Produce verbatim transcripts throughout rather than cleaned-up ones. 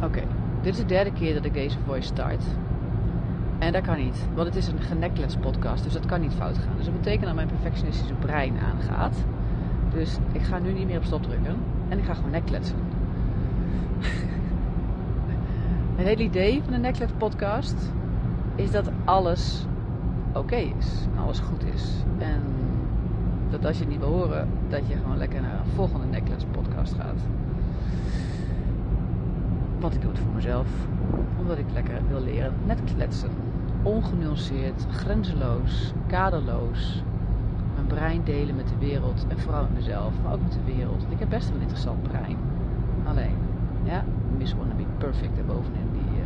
Oké, okay. Dit is de derde keer dat ik deze voice start. En dat kan niet, want het is een genecklets podcast, dus dat kan niet fout gaan. Dus dat betekent dat mijn perfectionistische brein aangaat. Dus ik ga nu niet meer op stop drukken en ik ga gewoon nekkletsen. Het hele idee van de Necklet podcast is dat alles oké okay is en alles goed is. En dat als je het niet wil horen, dat je gewoon lekker naar een volgende Necklet podcast gaat. Want ik doe het voor mezelf, omdat ik lekker wil leren net kletsen. Ongenuanceerd, grenzeloos, kaderloos. Mijn brein delen met de wereld en vooral met mezelf, maar ook met de wereld. Ik heb best wel een interessant brein. Alleen, ja, Miss Wanna Be Perfect erbovenin, die uh,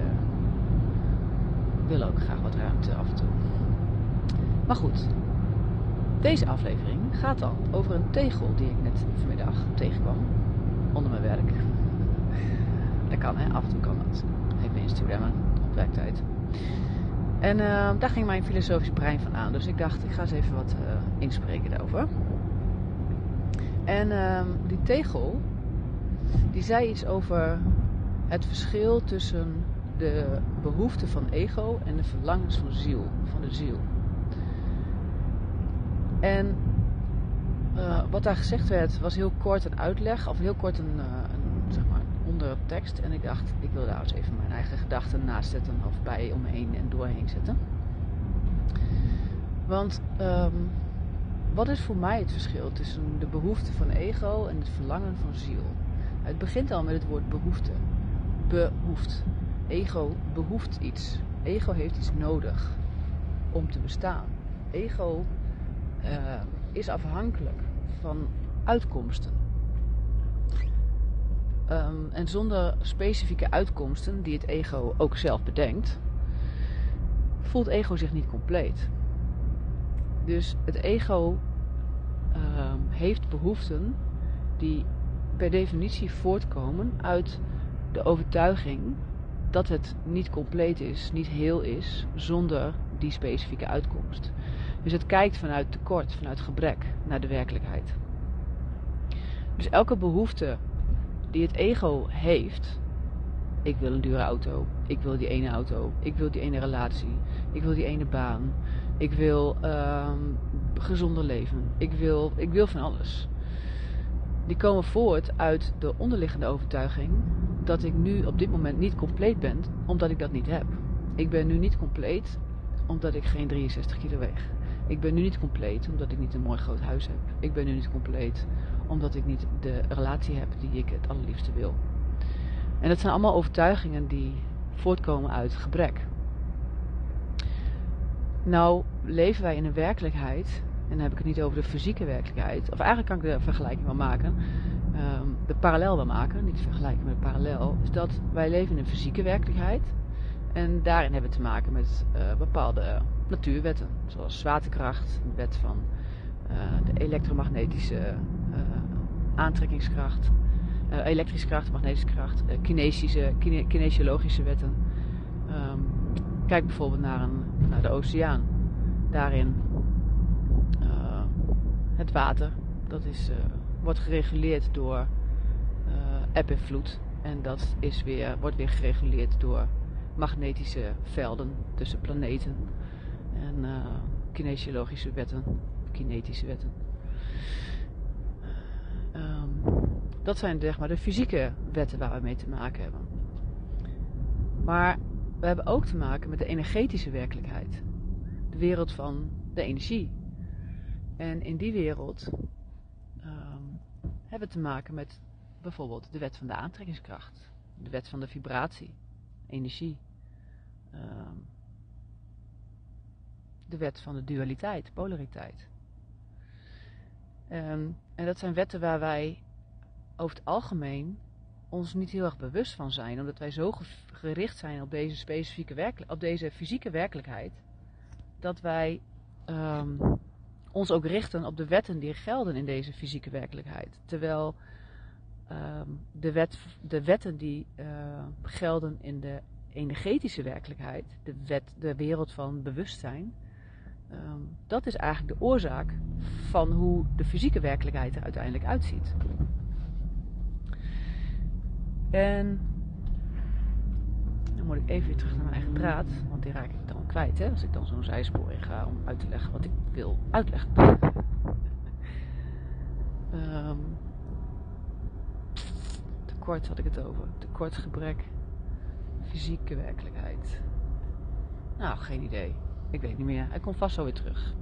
wil ook graag wat ruimte af en toe. Maar goed, deze aflevering gaat dan over een tegel die ik net vanmiddag tegenkwam onder mijn werk. Dat kan, hè, af en toe kan dat. Even Instagrammen op werktijd. En uh, daar ging mijn filosofische brein van aan. Dus ik dacht, ik ga eens even wat uh, inspreken daarover. En uh, die tegel, die zei iets over het verschil tussen de behoeften van ego en de verlangens van ziel, van de ziel. En uh, wat daar gezegd werd, was heel kort een uitleg, of heel kort een, uh, een zeg maar, ondertekst. En ik dacht, ik wil daar eens even mijn eigen gedachten naast zetten, of bij, omheen en doorheen zetten. Want um, wat is voor mij het verschil tussen de behoefte van ego en het verlangen van ziel? Het begint al met het woord behoefte. Behoeft. Ego behoeft iets. Ego heeft iets nodig om te bestaan. Ego uh, is afhankelijk van uitkomsten. Um, en zonder specifieke uitkomsten, die het ego ook zelf bedenkt, voelt ego zich niet compleet. Dus het ego uh, heeft behoeften die per definitie voortkomen uit de overtuiging dat het niet compleet is, niet heel is, zonder die specifieke uitkomst. Dus het kijkt vanuit tekort, vanuit gebrek naar de werkelijkheid. Dus elke behoefte die het ego heeft, ik wil een dure auto, ik wil die ene auto, ik wil die ene relatie, ik wil die ene baan, ik wil uh, gezonder leven, ik wil, ik wil van alles. Die komen voort uit de onderliggende overtuiging dat ik nu op dit moment niet compleet ben, omdat ik dat niet heb. Ik ben nu niet compleet omdat ik geen drieënzestig kilo weeg. Ik ben nu niet compleet omdat ik niet een mooi groot huis heb. Ik ben nu niet compleet omdat ik niet de relatie heb die ik het allerliefste wil. En dat zijn allemaal overtuigingen die voortkomen uit gebrek. Nou leven wij in een werkelijkheid, en dan heb ik het niet over de fysieke werkelijkheid, of eigenlijk kan ik de vergelijking wel maken, um, de parallel wel maken, niet de vergelijking met de parallel, is dat wij leven in een fysieke werkelijkheid. En daarin hebben we te maken met uh, bepaalde natuurwetten, zoals zwaartekracht, de wet van uh, de elektromagnetische uh, aantrekkingskracht, uh, elektrische kracht, magnetische kracht, uh, kinesische, kine, kinesiologische wetten. Um, kijk bijvoorbeeld naar, een, naar de oceaan. Daarin uh, het water, dat is, uh, wordt gereguleerd door uh, eb en vloed. En dat is weer, wordt weer gereguleerd door magnetische velden tussen planeten en uh, kinesiologische wetten, kinetische wetten. Um, dat zijn zeg maar de fysieke wetten waar we mee te maken hebben. Maar we hebben ook te maken met de energetische werkelijkheid. De wereld van de energie. En in die wereld um, hebben we te maken met bijvoorbeeld de wet van de aantrekkingskracht. De wet van de vibratie. Energie. Um, de wet van de dualiteit, polariteit. Um, en dat zijn wetten waar wij over het algemeen ons niet heel erg bewust van zijn, omdat wij zo gericht zijn op deze specifieke werkelijkheid, op deze fysieke werkelijkheid, dat wij um, ons ook richten op de wetten die gelden in deze fysieke werkelijkheid. Terwijl um, de, wet, de wetten die uh, gelden in de energetische werkelijkheid, de, wet, de wereld van bewustzijn, um, dat is eigenlijk de oorzaak van hoe de fysieke werkelijkheid er uiteindelijk uitziet. En even weer terug naar mijn eigen draad. Want die raak ik dan kwijt, hè, als ik dan zo'n zijspoor in ga om uit te leggen wat ik wil uitleggen. um, tekort had ik het over. Tekort, gebrek, fysieke werkelijkheid. Nou, geen idee. Ik weet niet meer. Hij komt vast zo weer terug.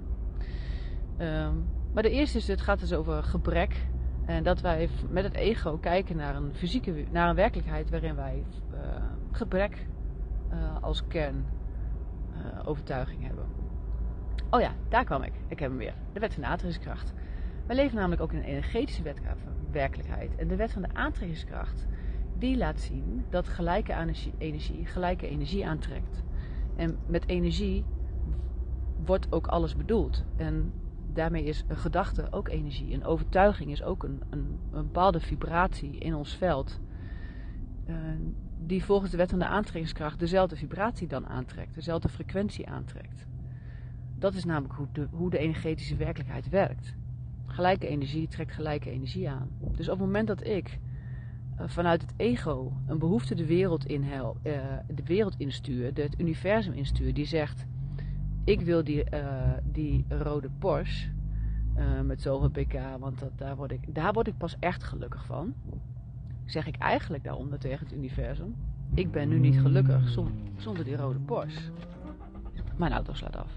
Um, maar de eerste is, het gaat dus over gebrek. En dat wij met het ego kijken naar een fysieke, naar een werkelijkheid waarin wij uh, gebrek uh, als kern uh, overtuiging hebben. Oh ja, daar kwam ik. Ik heb hem weer. De wet van de aantrekkingskracht. Wij leven namelijk ook in een energetische wet, werkelijkheid. En de wet van de aantrekkingskracht, die laat zien dat gelijke energie, energie gelijke energie aantrekt. En met energie wordt ook alles bedoeld. En daarmee is een gedachte ook energie. Een overtuiging is ook een, een, een bepaalde vibratie in ons veld. Uh, die volgens de wet van de aantrekkingskracht dezelfde vibratie dan aantrekt. Dezelfde frequentie aantrekt. Dat is namelijk hoe de, hoe de energetische werkelijkheid werkt. Gelijke energie trekt gelijke energie aan. Dus op het moment dat ik uh, vanuit het ego een behoefte de wereld, in hel, uh, de wereld instuur, de, het universum instuur, die zegt: ik wil die, uh, die rode Porsche uh, met zoveel pk, want dat, daar, word ik, daar word ik pas echt gelukkig van. Zeg ik eigenlijk daaronder tegen het universum: ik ben nu niet gelukkig zonder, zonder die rode Porsche. Mijn auto slaat af.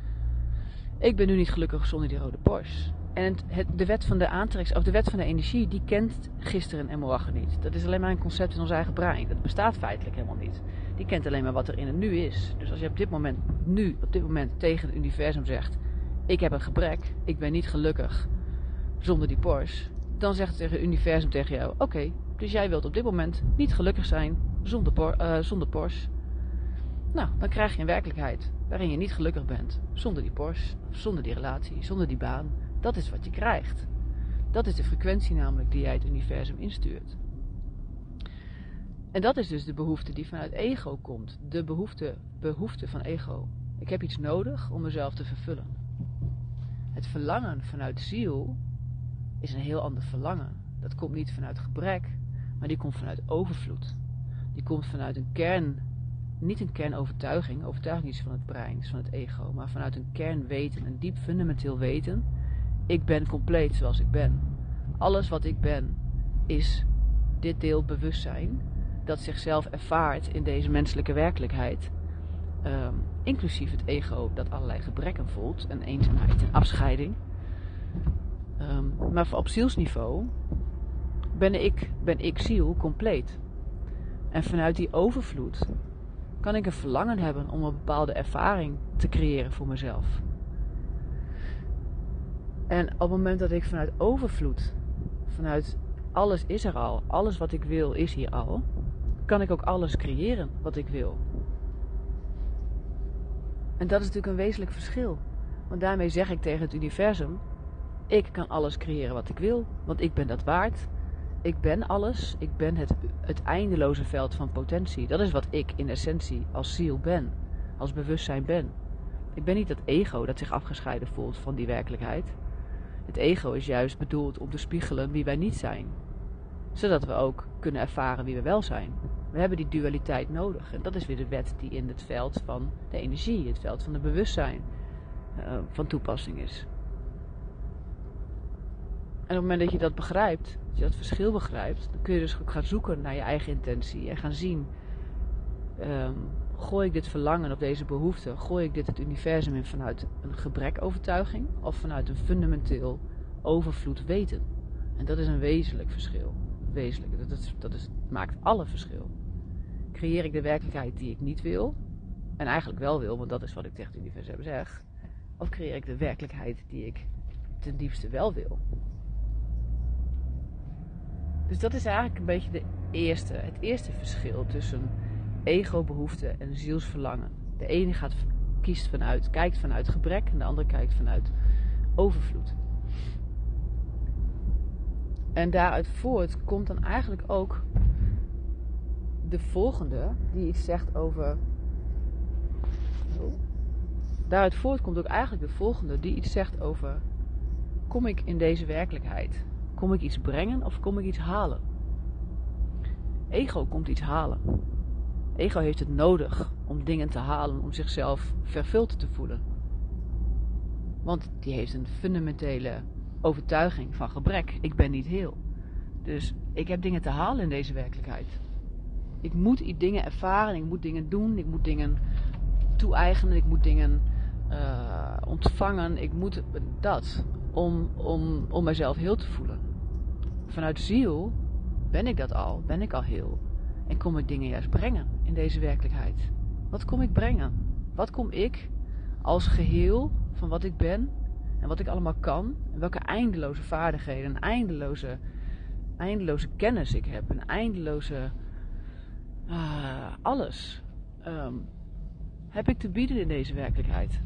Ik ben nu niet gelukkig zonder die rode Porsche. En het, het, de wet van de aantrekks, of de wet van de energie, die kent gisteren en morgen niet. Dat is alleen maar een concept in ons eigen brein. Dat bestaat feitelijk helemaal niet. Die kent alleen maar wat er in het nu is. Dus als je op dit moment, nu, op dit moment tegen het universum zegt: ik heb een gebrek, ik ben niet gelukkig zonder die Porsche. Dan zegt het tegen het universum tegen jou: oké, okay, dus jij wilt op dit moment niet gelukkig zijn zonder, por, uh, zonder Porsche. Nou, dan krijg je een werkelijkheid waarin je niet gelukkig bent zonder die Porsche, zonder die relatie, zonder die baan. Dat is wat je krijgt. Dat is de frequentie namelijk die jij het universum instuurt. En dat is dus de behoefte die vanuit ego komt. De behoefte, behoefte van ego. Ik heb iets nodig om mezelf te vervullen. Het verlangen vanuit ziel is een heel ander verlangen. Dat komt niet vanuit gebrek, maar die komt vanuit overvloed. Die komt vanuit een kern, niet een kernovertuiging. Overtuiging is van het brein, is van het ego. Maar vanuit een kernweten, een diep fundamenteel weten. Ik ben compleet zoals ik ben. Alles wat ik ben is dit deel bewustzijn dat zichzelf ervaart in deze menselijke werkelijkheid. Um, inclusief het ego dat allerlei gebrekken voelt. En eenzaamheid en afscheiding. Um, maar op zielsniveau ben ik, ben ik ziel compleet. En vanuit die overvloed kan ik een verlangen hebben om een bepaalde ervaring te creëren voor mezelf. En op het moment dat ik vanuit overvloed, vanuit alles is er al, alles wat ik wil is hier al, kan ik ook alles creëren wat ik wil. En dat is natuurlijk een wezenlijk verschil. Want daarmee zeg ik tegen het universum: ik kan alles creëren wat ik wil, want ik ben dat waard. Ik ben alles, ik ben het, het eindeloze veld van potentie. Dat is wat ik in essentie als ziel ben, als bewustzijn ben. Ik ben niet dat ego dat zich afgescheiden voelt van die werkelijkheid. Het ego is juist bedoeld om te spiegelen wie wij niet zijn. Zodat we ook kunnen ervaren wie we wel zijn. We hebben die dualiteit nodig. En dat is weer de wet die in het veld van de energie, het veld van het bewustzijn uh, van toepassing is. En op het moment dat je dat begrijpt, dat je dat verschil begrijpt, dan kun je dus ook gaan zoeken naar je eigen intentie. En gaan zien, um, gooi ik dit verlangen of deze behoefte, gooi ik dit het universum in vanuit een gebrekovertuiging of vanuit een fundamenteel overvloed weten. En dat is een wezenlijk verschil. Wezenlijk, dat, is, dat is, maakt alle verschil. Creëer ik de werkelijkheid die ik niet wil, en eigenlijk wel wil, want dat is wat ik tegen het universum zeg, of creëer ik de werkelijkheid die ik ten diepste wel wil. Dus dat is eigenlijk een beetje de eerste, het eerste verschil tussen ego-behoefte en zielsverlangen. De ene gaat, kiest vanuit, kijkt vanuit gebrek en de andere kijkt vanuit overvloed. En daaruit voort komt dan eigenlijk ook de volgende die iets zegt over... Oh. Daaruit voort komt ook eigenlijk de volgende die iets zegt over... Kom ik in deze werkelijkheid? Kom ik iets brengen of kom ik iets halen? Ego komt iets halen. Ego heeft het nodig om dingen te halen, om zichzelf vervuld te voelen. Want die heeft een fundamentele overtuiging van gebrek. Ik ben niet heel. Dus ik heb dingen te halen in deze werkelijkheid. Ik moet dingen ervaren, ik moet dingen doen, ik moet dingen toe-eigenen, ik moet dingen uh, ontvangen. Ik moet dat om, om, om mezelf heel te voelen. Vanuit ziel ben ik dat al, ben ik al heel. En kom ik dingen juist brengen in deze werkelijkheid. Wat kom ik brengen? Wat kom ik als geheel van wat ik ben en wat ik allemaal kan? En welke eindeloze vaardigheden, eindeloze, eindeloze kennis ik heb. Een eindeloze uh, alles um, heb ik te bieden in deze werkelijkheid.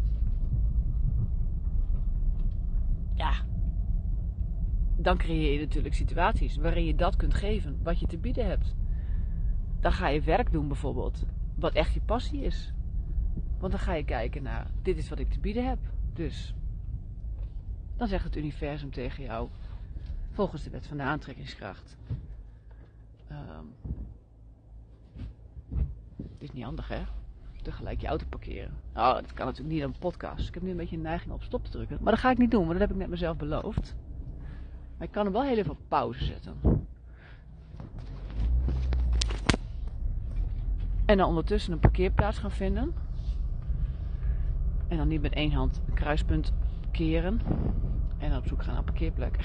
Ja, dan creëer je natuurlijk situaties waarin je dat kunt geven, wat je te bieden hebt. Dan ga je werk doen bijvoorbeeld, wat echt je passie is. Want dan ga je kijken naar, dit is wat ik te bieden heb. Dus, dan zegt het universum tegen jou, volgens de wet van de aantrekkingskracht. Um, dit is niet handig, hè? Tegelijk je auto parkeren. Oh, dat kan natuurlijk niet aan een podcast. Ik heb nu een beetje een neiging op stop te drukken. Maar dat ga ik niet doen, want dat heb ik net mezelf beloofd. Maar ik kan hem wel heel even op pauze zetten. En dan ondertussen een parkeerplaats gaan vinden. En dan niet met één hand een kruispunt keren. En dan op zoek gaan naar een parkeerplek.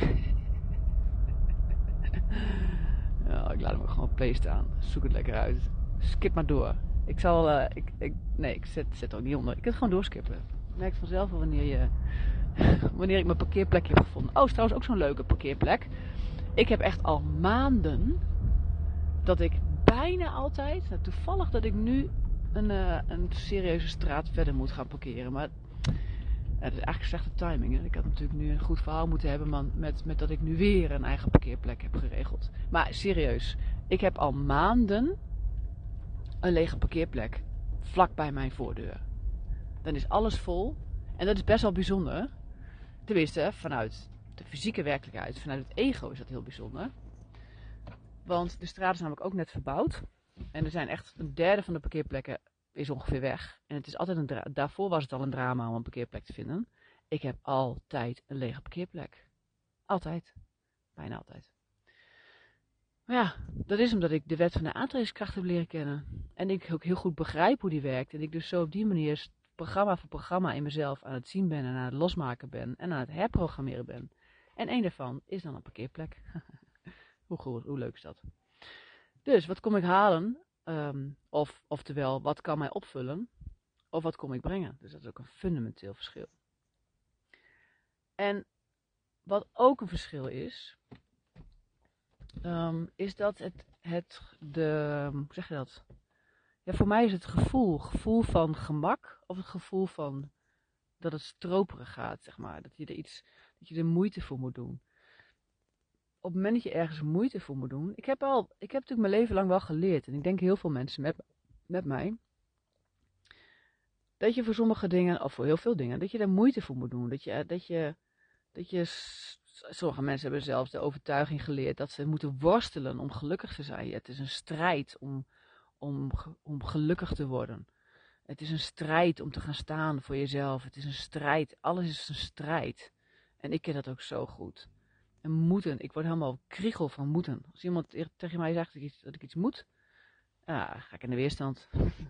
Ja, ik laat hem gewoon play staan. Zoek het lekker uit. Skip maar door. Ik zal, uh, ik, ik, nee, ik zet, zet er ook niet onder. Ik kan het gewoon doorskippen. Je merkt vanzelf wel wanneer je, wanneer ik mijn parkeerplekje heb gevonden. Oh, is trouwens ook zo'n leuke parkeerplek. Ik heb echt al maanden dat ik bijna altijd, nou, toevallig dat ik nu een, uh, een serieuze straat verder moet gaan parkeren. Maar uh, dat is eigenlijk slechte timing. Hè? Ik had natuurlijk nu een goed verhaal moeten hebben, man, met, met dat ik nu weer een eigen parkeerplek heb geregeld. Maar serieus, ik heb al maanden een lege parkeerplek vlak bij mijn voordeur. Dan is alles vol. En dat is best wel bijzonder. Tenminste, vanuit de fysieke werkelijkheid, vanuit het ego is dat heel bijzonder. Want de straat is namelijk ook net verbouwd. En er zijn echt een derde van de parkeerplekken is ongeveer weg. En het is altijd een dra- daarvoor was het al een drama om een parkeerplek te vinden. Ik heb altijd een lege parkeerplek. Altijd. Bijna altijd. Maar ja, dat is omdat ik de wet van de aantrekkingskracht heb leren kennen. En ik ook heel goed begrijp hoe die werkt. En ik dus zo op die manier programma voor programma in mezelf aan het zien ben en aan het losmaken ben. En aan het herprogrammeren ben. En één daarvan is dan een parkeerplek. hoe, goed, hoe leuk is dat? Dus, wat kom ik halen? Um, of, oftewel, wat kan mij opvullen? Of wat kom ik brengen? Dus dat is ook een fundamenteel verschil. En wat ook een verschil is, um, is dat het, het de, hoe zeg je dat? Ja, voor mij is het gevoel, gevoel van gemak of het gevoel van dat het stroperig gaat, zeg maar. Dat je er iets, dat je er moeite voor moet doen. Op het moment dat je ergens moeite voor moet doen. Ik heb al, ik heb natuurlijk mijn leven lang wel geleerd. En ik denk heel veel mensen met, met mij. Dat je voor sommige dingen, of voor heel veel dingen, dat je daar moeite voor moet doen. Dat je, dat je, dat je, sommige mensen hebben zelfs de overtuiging geleerd dat ze moeten worstelen om gelukkig te zijn. Het is een strijd om, om, om gelukkig te worden. Het is een strijd om te gaan staan voor jezelf. Het is een strijd. Alles is een strijd. En ik ken dat ook zo goed. En moeten. Ik word helemaal kriegel van moeten. Als iemand tegen mij zegt dat ik iets, dat ik iets moet, ja, ga ik in de weerstand.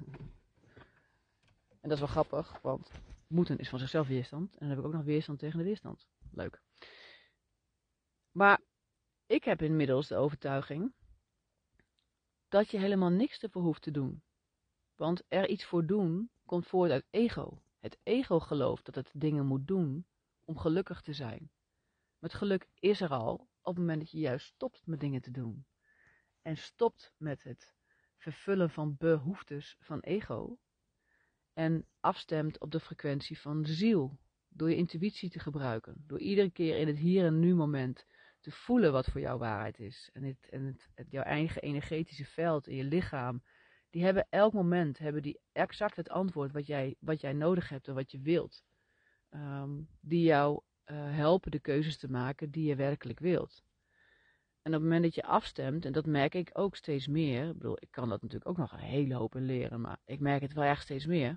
En dat is wel grappig, want moeten is van zichzelf weerstand. En dan heb ik ook nog weerstand tegen de weerstand. Leuk. Maar ik heb inmiddels de overtuiging dat je helemaal niks ervoor hoeft te doen. Want er iets voor doen komt voort uit ego. Het ego gelooft dat het dingen moet doen om gelukkig te zijn. Maar het geluk is er al op het moment dat je juist stopt met dingen te doen. En stopt met het vervullen van behoeftes van ego. En afstemt op de frequentie van de ziel. Door je intuïtie te gebruiken. Door iedere keer in het hier en nu moment te voelen wat voor jou waarheid is. En, het, en het, het, jouw eigen energetische veld in je lichaam. Die hebben elk moment hebben die exact het antwoord wat jij, wat jij nodig hebt en wat je wilt. Um, die jou uh, helpen de keuzes te maken die je werkelijk wilt. En op het moment dat je afstemt, en dat merk ik ook steeds meer. Ik bedoel, ik kan dat natuurlijk ook nog een hele hoop in leren, maar ik merk het wel echt steeds meer.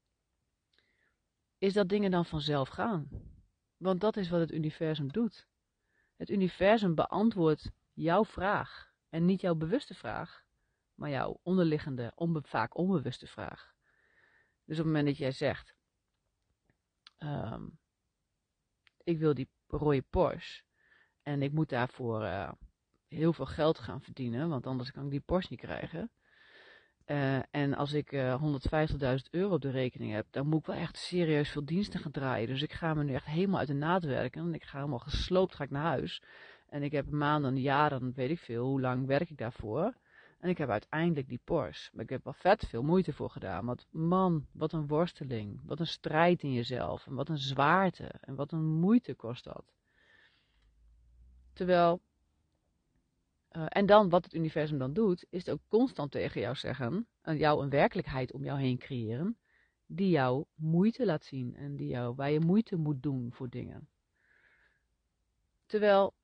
Is dat dingen dan vanzelf gaan. Want dat is wat het universum doet. Het universum beantwoordt jouw vraag. En niet jouw bewuste vraag, maar jouw onderliggende, onbe- vaak onbewuste vraag. Dus op het moment dat jij zegt, um, ik wil die rode Porsche en ik moet daarvoor uh, heel veel geld gaan verdienen, want anders kan ik die Porsche niet krijgen. Uh, en als ik uh, honderdvijftigduizend euro op de rekening heb, dan moet ik wel echt serieus veel diensten gaan draaien. Dus ik ga me nu echt helemaal uit de naad werken. En ik ga helemaal gesloopt ga ik naar huis. En ik heb maanden, jaren, weet ik veel, hoe lang werk ik daarvoor. En ik heb uiteindelijk die Porsche. Maar ik heb wel vet veel moeite voor gedaan. Want man, wat een worsteling. Wat een strijd in jezelf. En wat een zwaarte. En wat een moeite kost dat. Terwijl... Uh, en dan, wat het universum dan doet, is het ook constant tegen jou zeggen, en jou een werkelijkheid om jou heen creëren, die jou moeite laat zien en die jou, waar je moeite moet doen voor dingen. Terwijl,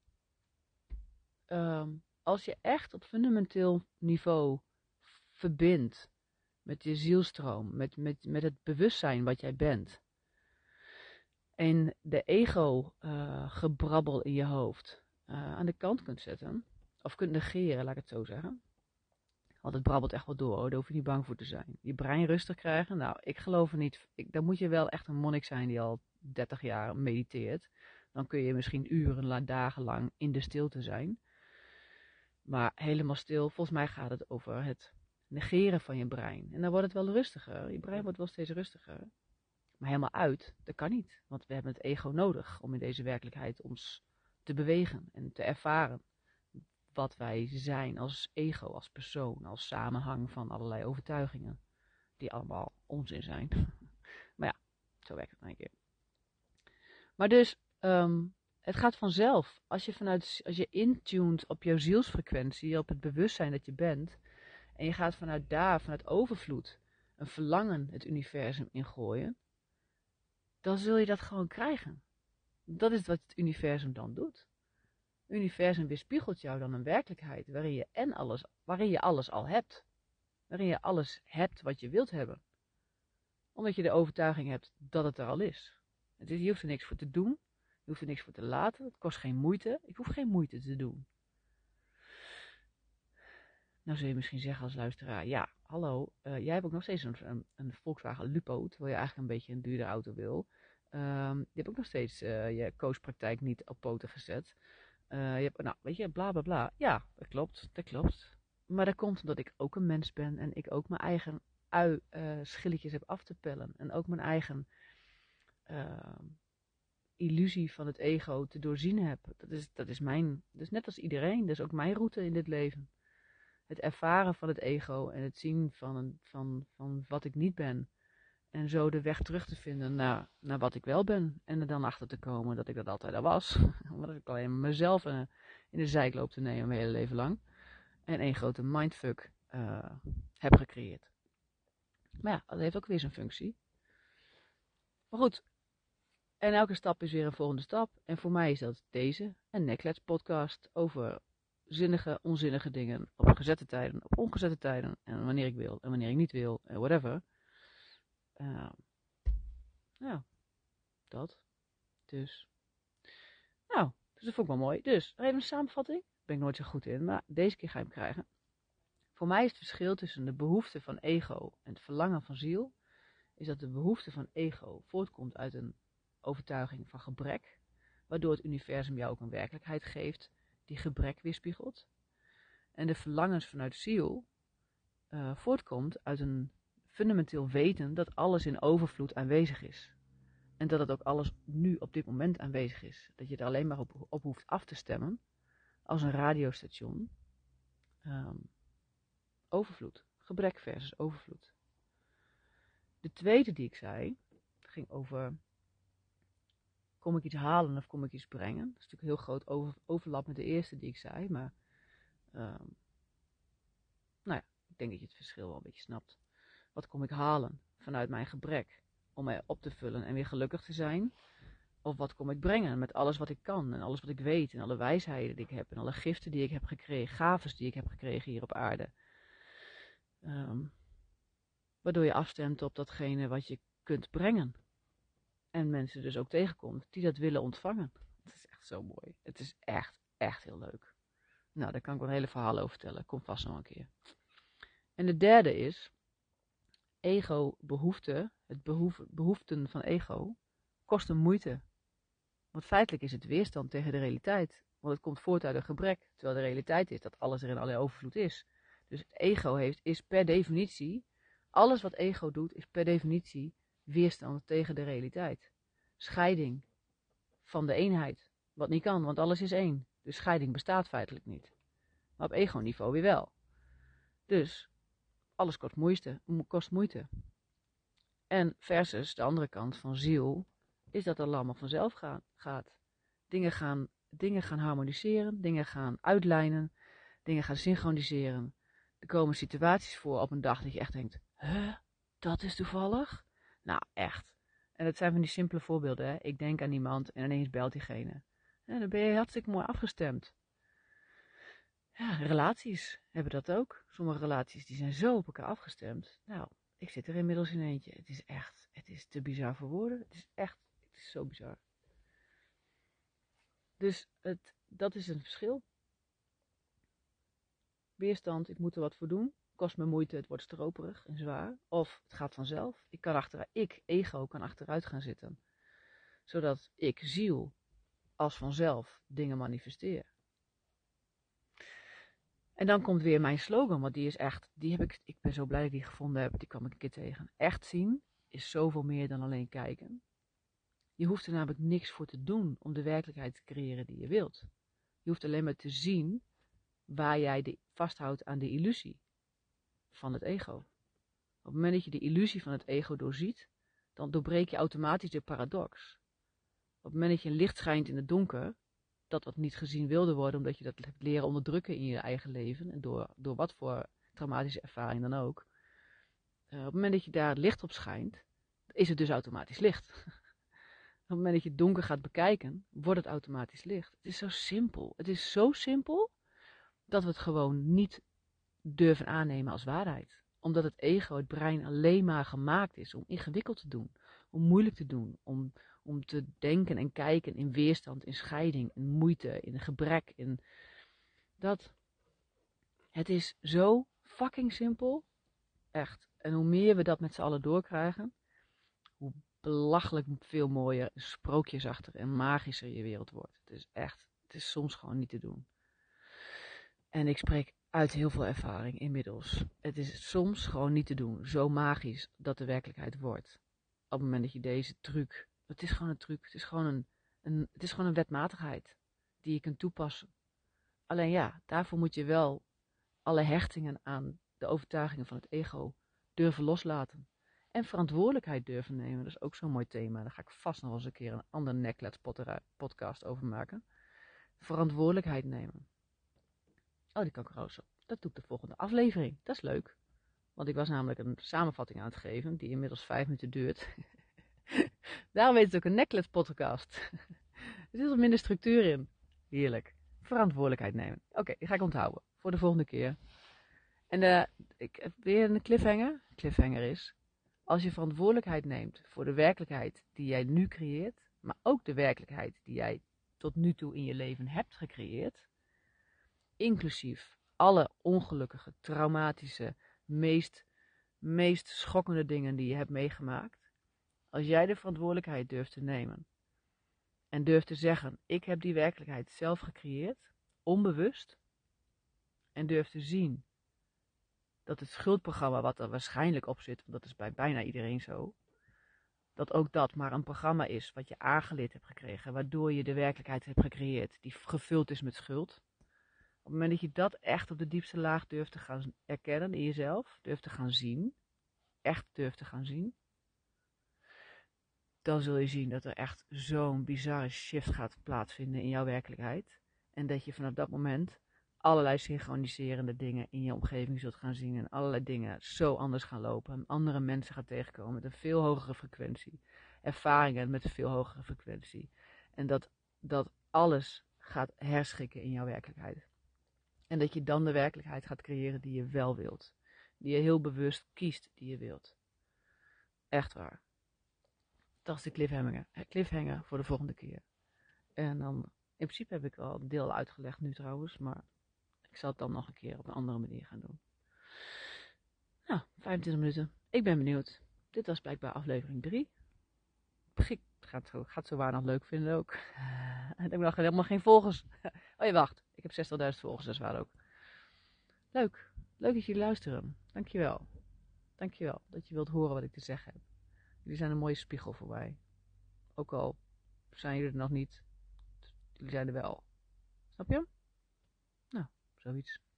um, als je echt op fundamenteel niveau verbindt met je zielstroom, met, met, met het bewustzijn wat jij bent, en de ego-gebrabbel uh, in je hoofd uh, aan de kant kunt zetten, of kunt negeren, laat ik het zo zeggen. Want het brabbelt echt wel door, hoor. Daar hoef je niet bang voor te zijn. Je brein rustig krijgen, nou, ik geloof er niet. Ik, dan moet je wel echt een monnik zijn die al dertig jaar mediteert. Dan kun je misschien uren, dagen lang in de stilte zijn. Maar helemaal stil, volgens mij gaat het over het negeren van je brein. En dan wordt het wel rustiger. Je brein wordt wel steeds rustiger. Maar helemaal uit, dat kan niet. Want we hebben het ego nodig om in deze werkelijkheid ons te bewegen en te ervaren. Wat wij zijn als ego, als persoon, als samenhang van allerlei overtuigingen. Die allemaal onzin zijn. Maar ja, zo werkt het maar een keer. Maar dus, um, het gaat vanzelf. Als je, vanuit, als je intuned op jouw zielsfrequentie, op het bewustzijn dat je bent. En je gaat vanuit daar, vanuit overvloed, een verlangen het universum ingooien. Dan zul je dat gewoon krijgen. Dat is wat het universum dan doet. Het universum weerspiegelt jou dan een werkelijkheid waarin je, en alles, waarin je alles al hebt. Waarin je alles hebt wat je wilt hebben. Omdat je de overtuiging hebt dat het er al is. Het is je hoeft er niks voor te doen. Je hoeft er niks voor te laten. Het kost geen moeite. Ik hoef geen moeite te doen. Nou zul je misschien zeggen als luisteraar, ja, hallo, uh, jij hebt ook nog steeds een, een, een Volkswagen Lupo, terwijl je eigenlijk een beetje een duurdere auto wil. Um, je hebt ook nog steeds uh, je coachpraktijk niet op poten gezet. Uh, je hebt, nou, weet je, bla bla bla. Ja, dat klopt, dat klopt. Maar dat komt omdat ik ook een mens ben en ik ook mijn eigen ui, uh, schilletjes heb af te pellen. En ook mijn eigen uh, illusie van het ego te doorzien heb. Dat is, dat is mijn, dat is net als iedereen, dat is ook mijn route in dit leven. Het ervaren van het ego en het zien van, een, van, van wat ik niet ben. En zo de weg terug te vinden naar, naar wat ik wel ben. En er dan achter te komen dat ik dat altijd al was. Omdat ik alleen maar mezelf uh, in de zijk loop te nemen mijn hele leven lang. En één grote mindfuck uh, heb gecreëerd. Maar ja, dat heeft ook weer zijn functie. Maar goed. En elke stap is weer een volgende stap. En voor mij is dat deze, een Necklets podcast over zinnige, onzinnige dingen. Op gezette tijden, op ongezette tijden. En wanneer ik wil en wanneer ik niet wil. En whatever. Uh, nou, dat. Dus. Nou, dus dat vond ik wel mooi. Dus, even een samenvatting. Daar ben ik nooit zo goed in, maar deze keer ga je hem krijgen. Voor mij is het verschil tussen de behoefte van ego en het verlangen van ziel, is dat de behoefte van ego voortkomt uit een overtuiging van gebrek, waardoor het universum jou ook een werkelijkheid geeft die gebrek weerspiegelt. En de verlangens vanuit ziel uh, voortkomt uit een fundamenteel weten dat alles in overvloed aanwezig is. En dat het ook alles nu op dit moment aanwezig is. Dat je er alleen maar op, op hoeft af te stemmen als een radiostation. Um, overvloed. Gebrek versus overvloed. De tweede die ik zei, ging over, kom ik iets halen of kom ik iets brengen? Dat is natuurlijk een heel groot over, overlap met de eerste die ik zei, maar um, nou ja, ik denk dat je het verschil wel een beetje snapt. Wat kom ik halen vanuit mijn gebrek om mij op te vullen en weer gelukkig te zijn? Of wat kom ik brengen met alles wat ik kan en alles wat ik weet en alle wijsheden die ik heb en alle giften die ik heb gekregen, gaves die ik heb gekregen hier op aarde. Um, waardoor je afstemt op datgene wat je kunt brengen. En mensen dus ook tegenkomt die dat willen ontvangen. Het is echt zo mooi. Het is echt, echt heel leuk. Nou, daar kan ik wel een hele verhaal over vertellen. Komt vast nog een keer. En de derde is, ego-behoefte, het behoef, behoeften van ego, kosten moeite. Want feitelijk is het weerstand tegen de realiteit. Want het komt voort uit een gebrek, terwijl de realiteit is dat alles er in allerlei overvloed is. Dus het ego heeft, is per definitie, alles wat ego doet, is per definitie weerstand tegen de realiteit. Scheiding van de eenheid. Wat niet kan, want alles is één. Dus scheiding bestaat feitelijk niet. Maar op ego-niveau weer wel. Dus alles kost moeite, kost moeite. En versus de andere kant van ziel is dat het allemaal vanzelf gaat. Dingen gaan, dingen gaan harmoniseren, dingen gaan uitlijnen, dingen gaan synchroniseren. Er komen situaties voor op een dag dat je echt denkt, huh, dat is toevallig? Nou, echt. En dat zijn van die simpele voorbeelden. Hè? Ik denk aan iemand en ineens belt diegene. En dan ben je hartstikke mooi afgestemd. Ja, relaties hebben dat ook. Sommige relaties die zijn zo op elkaar afgestemd. Nou, ik zit er inmiddels in eentje. Het is echt, het is te bizar voor woorden. Het is echt, het is zo bizar. Dus het, dat is een verschil. Weerstand, ik moet er wat voor doen. Kost me moeite, het wordt stroperig en zwaar. Of het gaat vanzelf. Ik, kan achter, ik, ego, kan achteruit gaan zitten. Zodat ik, ziel, als vanzelf dingen manifesteer. En dan komt weer mijn slogan, want die is echt, die heb ik, ik ben zo blij dat ik die gevonden heb, die kwam ik een keer tegen. Echt zien is zoveel meer dan alleen kijken. Je hoeft er namelijk niks voor te doen om de werkelijkheid te creëren die je wilt. Je hoeft alleen maar te zien waar jij de, vasthoudt aan de illusie van het ego. Op het moment dat je de illusie van het ego doorziet, dan doorbreek je automatisch de paradox. Op het moment dat je een licht schijnt in het donker, dat wat niet gezien wilde worden, omdat je dat hebt leren onderdrukken in je eigen leven, en door, door wat voor traumatische ervaring dan ook. Uh, op het moment dat je daar licht op schijnt, is het dus automatisch licht. Op het moment dat je het donker gaat bekijken, wordt het automatisch licht. Het is zo simpel. Het is zo simpel, dat we het gewoon niet durven aannemen als waarheid. Omdat het ego, het brein, alleen maar gemaakt is om ingewikkeld te doen, om moeilijk te doen, om... Om te denken en kijken in weerstand, in scheiding, in moeite, in gebrek, in dat. Het is zo fucking simpel. Echt. En hoe meer we dat met z'n allen doorkrijgen, hoe belachelijk veel mooier, sprookjesachtig en magischer je wereld wordt. Het is echt, het is soms gewoon niet te doen. En ik spreek uit heel veel ervaring inmiddels. Het is soms gewoon niet te doen. Zo magisch dat de werkelijkheid wordt. Op het moment dat je deze truc... Het is gewoon een truc. Het is gewoon een, een, het is gewoon een wetmatigheid die je kunt toepassen. Alleen ja, daarvoor moet je wel alle hechtingen aan de overtuigingen van het ego durven loslaten. En verantwoordelijkheid durven nemen. Dat is ook zo'n mooi thema. Daar ga ik vast nog eens een keer een ander Necklets podcast over maken. Verantwoordelijkheid nemen. Oh, die kan ik rozen. Dat doe ik de volgende aflevering. Dat is leuk. Want ik was namelijk een samenvatting aan het geven die inmiddels vijf minuten duurt. Daarom heet het ook een Necklets podcast. Er zit wat minder structuur in. Heerlijk. Verantwoordelijkheid nemen. Oké, okay, die ga ik onthouden. Voor de volgende keer. En uh, ik heb weer een cliffhanger. Cliffhanger is, als je verantwoordelijkheid neemt voor de werkelijkheid die jij nu creëert, maar ook de werkelijkheid die jij tot nu toe in je leven hebt gecreëerd, inclusief alle ongelukkige, traumatische, meest, meest schokkende dingen die je hebt meegemaakt. Als jij de verantwoordelijkheid durft te nemen en durft te zeggen, ik heb die werkelijkheid zelf gecreëerd, onbewust, en durft te zien dat het schuldprogramma wat er waarschijnlijk op zit, want dat is bij bijna iedereen zo, dat ook dat maar een programma is wat je aangeleerd hebt gekregen, waardoor je de werkelijkheid hebt gecreëerd die gevuld is met schuld. Op het moment dat je dat echt op de diepste laag durft te gaan erkennen in jezelf, durft te gaan zien, echt durft te gaan zien, dan zul je zien dat er echt zo'n bizarre shift gaat plaatsvinden in jouw werkelijkheid. En dat je vanaf dat moment allerlei synchroniserende dingen in je omgeving zult gaan zien. En allerlei dingen zo anders gaan lopen. En andere mensen gaat tegenkomen met een veel hogere frequentie. ervaringen met een veel hogere frequentie. En dat, dat alles gaat herschikken in jouw werkelijkheid. En dat je dan de werkelijkheid gaat creëren die je wel wilt. Die je heel bewust kiest die je wilt. Echt waar. Dat is de cliffhanger, cliffhanger voor de volgende keer. En dan, in principe heb ik al een deel uitgelegd nu trouwens, maar ik zal het dan nog een keer op een andere manier gaan doen. Nou, vijfentwintig minuten. Ik ben benieuwd. Dit was blijkbaar aflevering drie. Ik ga het, ga het zo waar nog leuk vinden ook. En ik heb nog helemaal geen volgers. Oh ja, wacht. Ik heb zestigduizend volgers, dat is waar ook. Leuk. Leuk dat jullie luisteren. Dankjewel. Dankjewel dat je wilt horen wat ik te zeggen heb. Jullie zijn een mooie spiegel voor mij. Ook al zijn jullie er nog niet. Jullie zijn er wel. Snap je? Nou, zoiets.